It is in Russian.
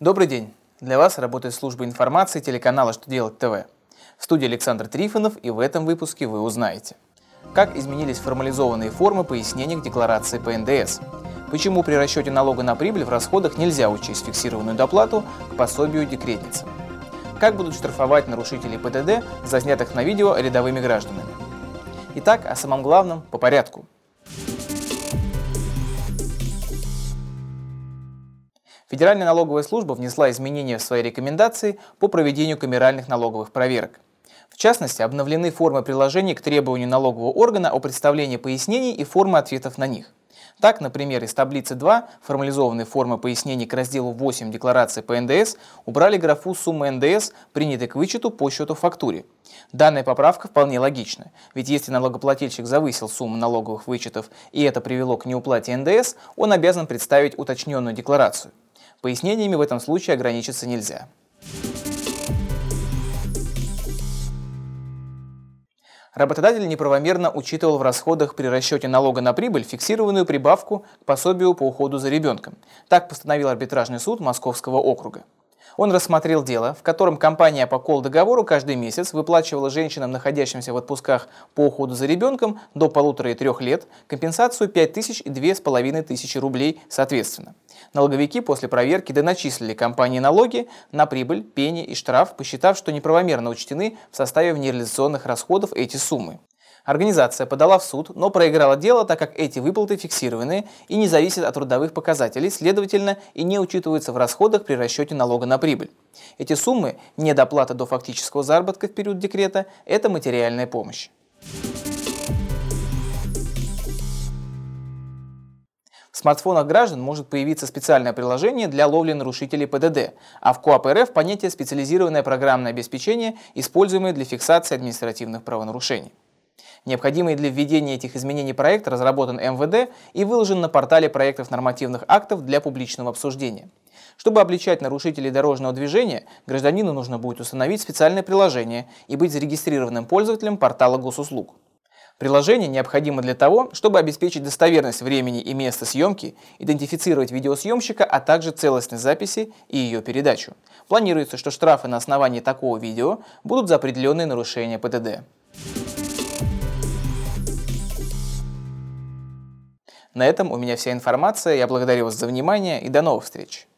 Добрый день! Для вас работает служба информации телеканала «Что делать ТВ». В студии Александр Трифонов, и в этом выпуске вы узнаете: как изменились формализованные формы пояснений к декларации по НДС, почему при расчете налога на прибыль в расходах нельзя учесть фиксированную доплату к пособию декретницам, как будут штрафовать нарушителей ПДД, заснятых на видео рядовыми гражданами. Итак, о самом главном по порядку. Федеральная налоговая служба внесла изменения в свои рекомендации по проведению камеральных налоговых проверок. В частности, обновлены формы приложений к требованию налогового органа о представлении пояснений и формы ответов на них. Так, например, из таблицы 2 формализованной формы пояснений к разделу 8 декларации по НДС убрали графу суммы НДС, принятой к вычету по счету-фактуре. Данная поправка вполне логична, ведь если налогоплательщик завысил сумму налоговых вычетов и это привело к неуплате НДС, он обязан представить уточненную декларацию. Пояснениями в этом случае ограничиться нельзя. Работодатель неправомерно учитывал в расходах при расчете налога на прибыль фиксированную прибавку к пособию по уходу за ребенком. Так постановил арбитражный суд Московского округа. Он рассмотрел дело, в котором компания по колл-договору каждый месяц выплачивала женщинам, находящимся в отпусках по уходу за ребенком до 1,5 и 3 лет, компенсацию 5000 и 2500 рублей соответственно. Налоговики после проверки доначислили компании налоги на прибыль, пени и штраф, посчитав, что неправомерно учтены в составе внереализационных расходов эти суммы. Организация подала в суд, но проиграла дело, так как эти выплаты фиксированные и не зависят от трудовых показателей, следовательно, и не учитываются в расходах при расчете налога на прибыль. Эти суммы, не доплата до фактического заработка в период декрета, это материальная помощь. В смартфонах граждан может появиться специальное приложение для ловли нарушителей ПДД, а в КоАП РФ понятие «специализированное программное обеспечение», используемое для фиксации административных правонарушений. Необходимый для введения этих изменений проект разработан МВД и выложен на портале проектов нормативных актов для публичного обсуждения. Чтобы облегчать нарушителей дорожного движения, гражданину нужно будет установить специальное приложение и быть зарегистрированным пользователем портала госуслуг. Приложение необходимо для того, чтобы обеспечить достоверность времени и места съемки, идентифицировать видеосъемщика, а также целостность записи и ее передачу. Планируется, что штрафы на основании такого видео будут за определенные нарушения ПДД. На этом у меня вся информация. Я благодарю вас за внимание и до новых встреч.